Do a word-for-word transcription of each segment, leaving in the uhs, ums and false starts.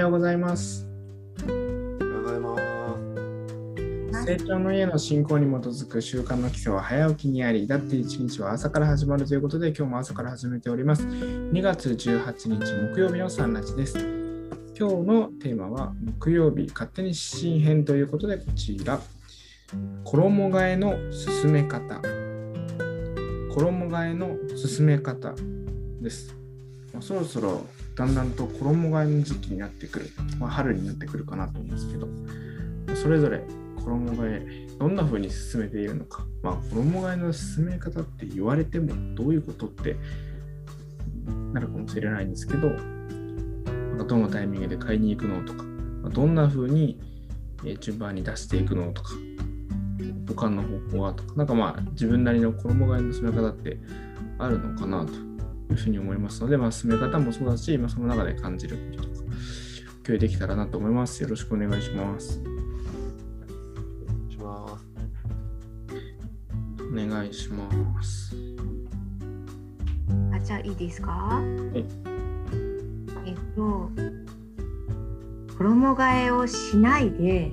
ようございます。 おはようございます。 成長の家の信仰に基づく習慣の基礎は早起きにあり、だって一日は朝から始まるということで、今日も朝から始めております。にがつじゅうはちにち木曜日のさんラジです。今日のテーマは木曜日勝手に新編ということで、こちら衣替えの進め方衣替えの進め方です。まあ、そろそろだんだんと衣替えの時期になってくる、まあ、春になってくるかなと思うんですけど、それぞれ衣替えどんな風に進めているのか、まあ、衣替えの進め方って言われてもどういうことってなるかもしれないんですけど、どのタイミングで買いに行くのとか、どんな風に順番に出していくのとか、保管の方法はとか、なんかまあ自分なりの衣替えの進め方ってあるのかなというふうに思いますので、まあ、進め方もそうだし、まあ、その中で感じることとか共有できたらなと思います。よろしくお願いします。お願いします。 あ、じゃあいいですか？ はい。 えっと衣替えをしないで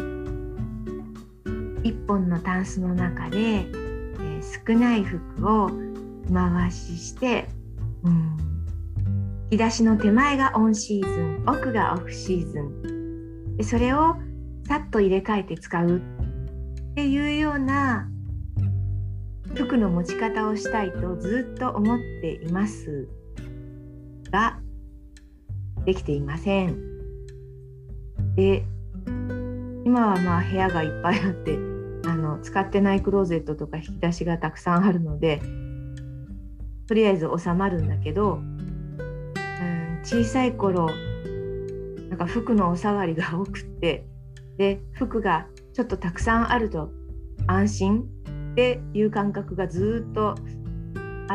一本のタンスの中で、えー、少ない服を回しして、うん、引き出しの手前がオンシーズン、奥がオフシーズンで、それをさっと入れ替えて使うっていうような服の持ち方をしたいとずっと思っていますが、できていません。で、今はまあ部屋がいっぱいあって、あの使ってないクローゼットとか引き出しがたくさんあるので、とりあえず収まるんだけど、うん、小さい頃なんか服のおさわりが多くって、で服がちょっとたくさんあると安心っていう感覚がずっとあって、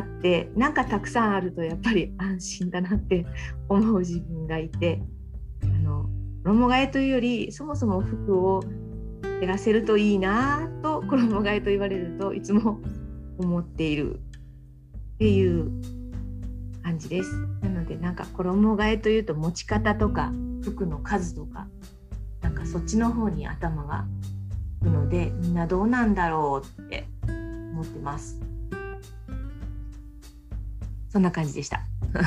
なんかたくさんあるとやっぱり安心だなって思う自分がいて、あの衣替えというよりそもそも服を減らせるといいなと衣替えと言われるといつも思っているっていう感じです。なのでなんか衣替えというと持ち方とか服の数とか、なんかそっちの方に頭がいくので、みんなどうなんだろうって思ってます。そんな感じでした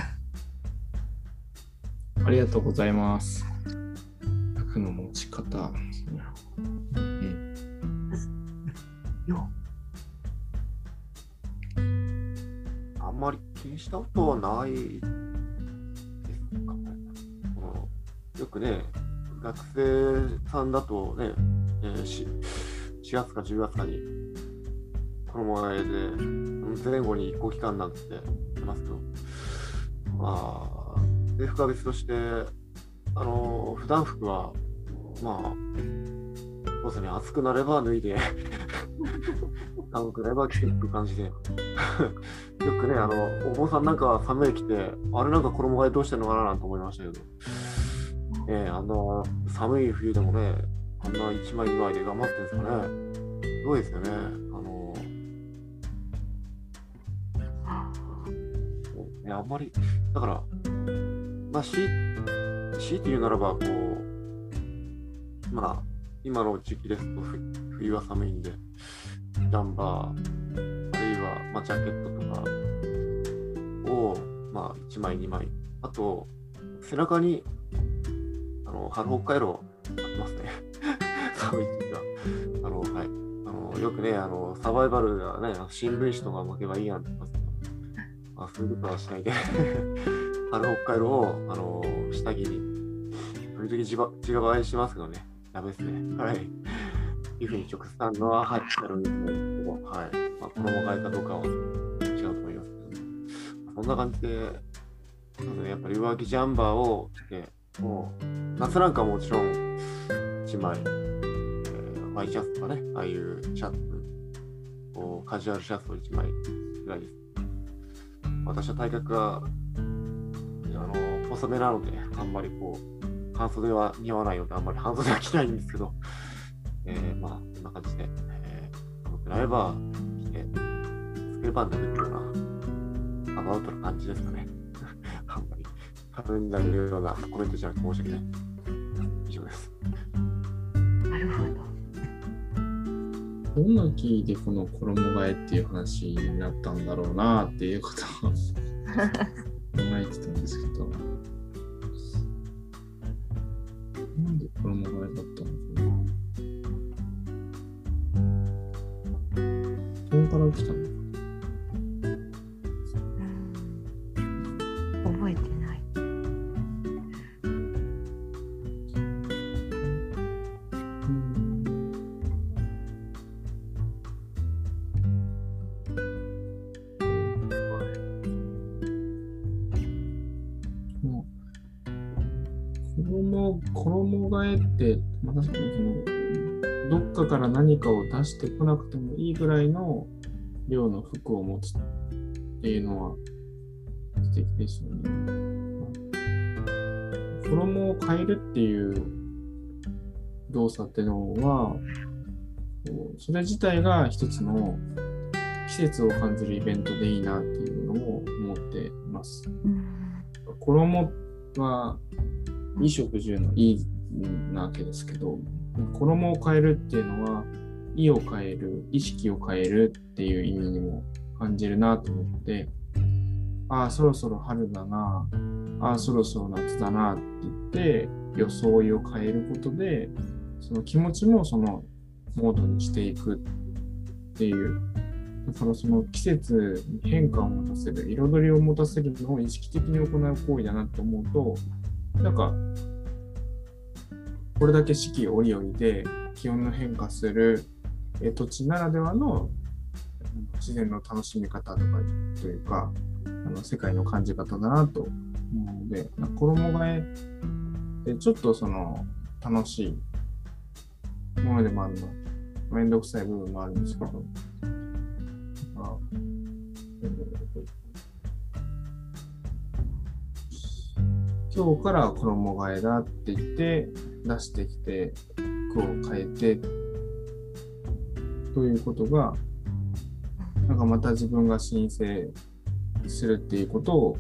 ありがとうございます。服の持ち方、うん、 よあんまり気にしたことはないですかね。よくね、学生さんだとね、えー、ししがつかじゅうがつかに衣替えで前後に移行期間なんて言ってますけど、まあ制服は別として、あの普段服はまあそうですね、暑くなれば脱いで寒くなれば着ていく感じでよくね、あのお坊さんなんかは寒い着て、あれなんか衣替えどうしてんのかななんて思いましたけど、えー、あんな寒い冬でもね、あんないちまいにまいで頑張ってるんですかね。すごいですよね。あのね、あんまりだからまあ強いて言うならば、こうまあ今の時期ですと冬は寒いんで、ジャンバーあるいは、まあ、ジャケットとかを、まあ、いちまいにまい、あと背中にあの春北海道貼ってますね寒い時はあの、はい、あのよくね、あのサバイバルがね、新聞紙とか巻けばいいやんって言いますけど、まあ、そういうことはしないで春北海道をあの下着に時々自ば自画映えしますけどね、ダメですね。はい。いうふうに直接のは入ってるんですけど、はい。まあ、衣替えかどうかは違うと思いますけどね。そんな感じで、そうですね、やっぱり上着ジャンバーを着て、もう夏なんかはもちろんいちまい、えー、ワイシャツとかね、ああいうシャツ、こうカジュアルシャツをいちまいぐらいです。私は体格があの細めなので、あんまりこう半袖は似合わないので、あんまり半袖は着ないんですけど、えー、まあこんな感じで、えー、寒くなれば着て、つければ脱ぐようなアバウトな感じですかね。あんまりためになるようなコメントじゃなくて申し訳ない。 どんな木でこの衣替えっていう話になったんだろうなっていうことを考えてたんですけど、なんで衣替えだったのかな。どこから来たのかな。覚えてない。 衣、衣替えって、またそのどっかから何かを出してこなくてもいいぐらいの量の服を持つっていうのは素敵ですよね。衣を変えるっていう動作っていうのは、それ自体が一つの季節を感じるイベントでいいなっていうのを思っています。うん、衣は衣食住の衣なわけですけど、衣を変えるっていうのは意を変える、意識を変えるっていう意味にも感じるなと思って、ああそろそろ春だな、ああそろそろ夏だなって言って装いを変えることで、その気持ちもそのモードにしていくっていう、だからその季節に変化を持たせる、彩りを持たせるのを意識的に行う行為だなと思うと、なんかこれだけ四季折々で気温の変化する土地ならではの自然の楽しみ方とかというか、あの世界の感じ方だなと思うので、衣替えってちょっとその楽しいものでもあるの、めんどくさい部分もあるんですけど、あ今日から衣替えだって言って出してきて服を変えてということが、なんかまた自分が申請するっていうことを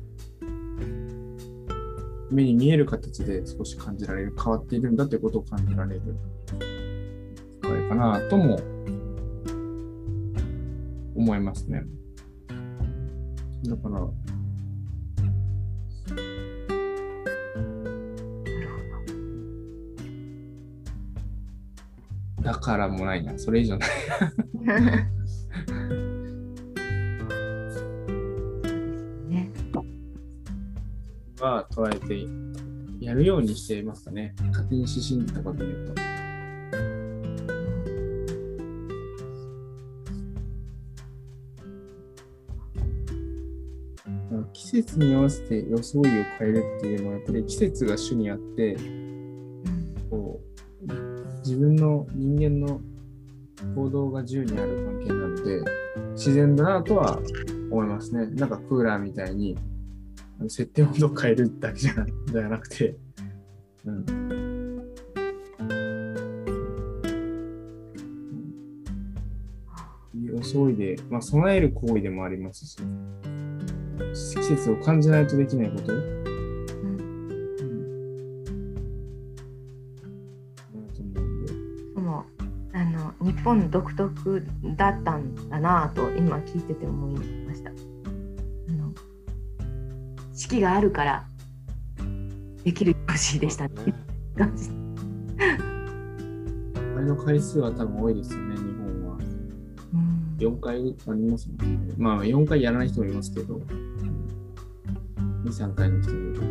目に見える形で少し感じられる、変わっているんだということを感じられる機会かなとも思いますね。だからだからもないな、それ以上ないは捉えてやるようにしていますかね。勝手に指針とかで言うと。季節に合わせて装いを変えるっていうのはやっぱり季節が主にあって、こう自分の人間の行動が自由にある関係なので自然だなとは思いますね。なんかクーラーみたいに設定温度を変えるだけじゃな、じゃなくて、うん、装いで、まあ、備える行為でもありますし、季節を感じないとできないこと、うんそのあの日本独特だったんだなと今聞いてて思いました。あの四季があるからできる行事でしたね。 あれの回数は多分多いですよね、日本は。うん、よんかいありますもんね。まあよんかいやらない人もいますけど、に、さんかいの人もいる。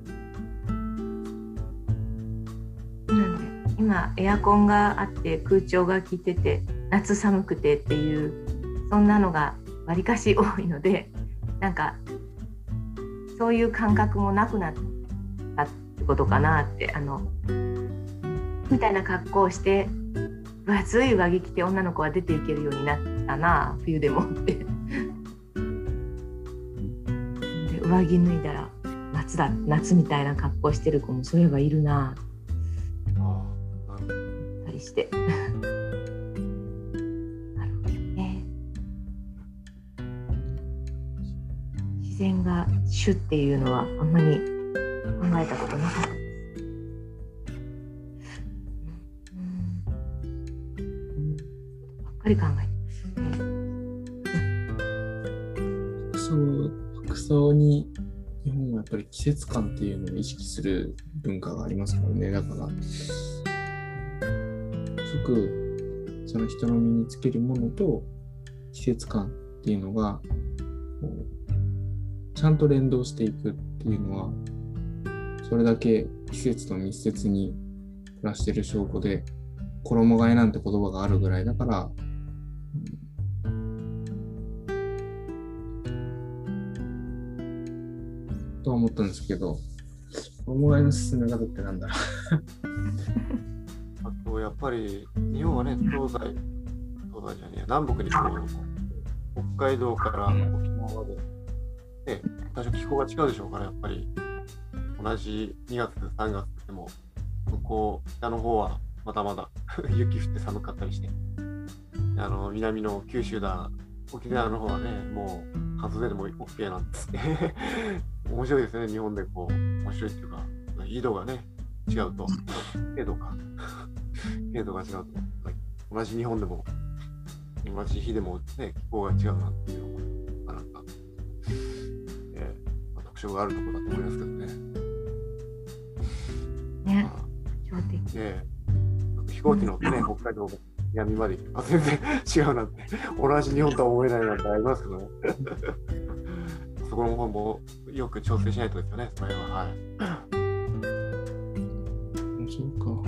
なんで今エアコンがあって空調が効いてて夏寒くてっていうそんなのがわりかし多いので、なんかそういう感覚もなくなったってことかなって、あのみたいな格好をして分厚い上着着て女の子は出ていけるようになったな、冬でもってで上着脱いだら夏だ、夏みたいな格好してる子もそういえばいるなあったりしてなるほどね。自然が主っていうのはあんまり考えたことなかった。 かり考えて服装、服装に日本はやっぱり季節感っていうのを意識する文化がありますからね。だから服、その人の身につけるものと季節感っていうのがこうちゃんと連動していくっていうのは、それだけ季節と密接に暮らしている証拠で、衣替えなんて言葉があるぐらいだから、うん、とは思ったんですけど、衣替えの進め方ってなんだろうあとやっぱり日本はね、東西、東西じゃねえ、南北にこう北海道から沖縄まで、ね、多少気候が違うでしょうから、やっぱり同じにがつ、さんがつでも、向こう、北の方はまだまだ雪降って寒かったりして、あの南の九州だ、沖縄の方はね、もう半袖でも OK なんですね。面白いですね、日本でこう、面白いっていうか、緯度がね、違うと、経度か、経度が違うと、同じ日本でも、同じ日でもね、気候が違うなんていうのが、なんか、えーまあ、特徴があるところだと思いますけどね。 ね、 まあ特徴的。 えー、飛行機乗ってね、北海道の南まで行くと全然違うなんて、同じ日本とは思えないなんてありますけどね。そこの方もよく調整しないとですよね、それは。はい。 そうか。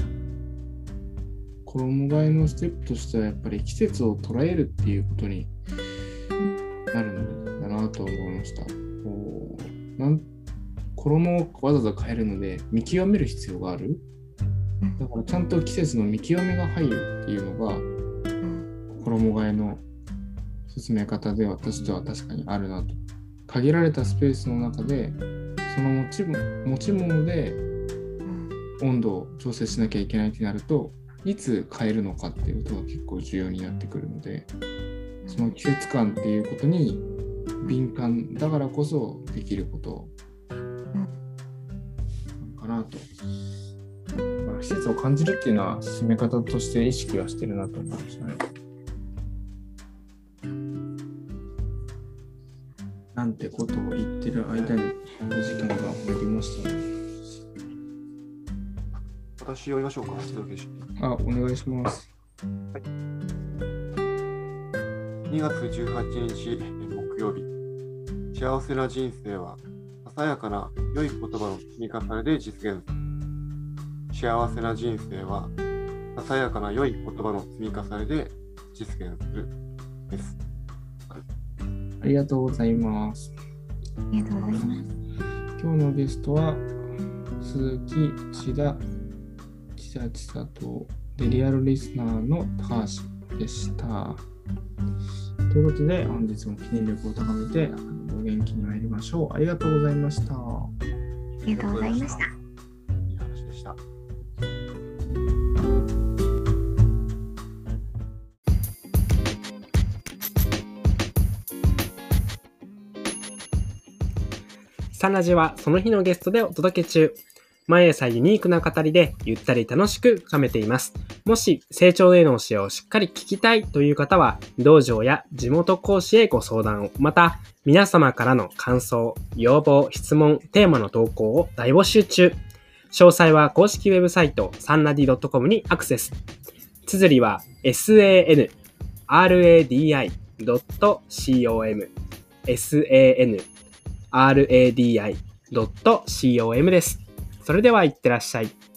衣替えのステップとしてはやっぱり季節を捉えるっていうことになるんだなと思いました。こうなん衣をわざわざ変えるので見極める必要がある。だからちゃんと季節の見極めが入るっていうのが衣替えの進め方で私とは確かにあるなと。限られたスペースの中でその持ち、持ち物で温度を調整しなきゃいけないってなると、いつ変えるのかっていうことが結構重要になってくるので、その季節感っていうことに敏感だからこそできることかなと。季節を感じるっていうのは進め方として意識はしてるなと思いましたね。なんてことを言ってる間にお時間が入りましたね。 私読みましょうか。 あ、お願いします。 はい、にがつじゅうはちにち木曜日、幸せな人生はささやかな良い言葉の積み重ねで実現する。幸せな人生はささやかな良い言葉の積み重ねで実現するです。はい、 ありがとうございます。 ありがとうございます。 今日のゲストは鈴木千田千田千田とでリアルリスナーの高橋でした。ということで本日も記念力を高めてお元気に参りましょう。ありがとうございました。 ありがとうございました。 いい話でした。 サナジはその日のゲストでお届け中。毎朝ユニークな語りでゆったり楽しく深めています。もし成長への教えをしっかり聞きたいという方は、道場や地元講師へご相談を、また皆様からの感想、要望、質問、テーマの投稿を大募集中。詳細は公式ウェブサイトサンラディドットコムにアクセス。綴りは サンラディドットコム サンラディドットコム です。それではいってらっしゃい。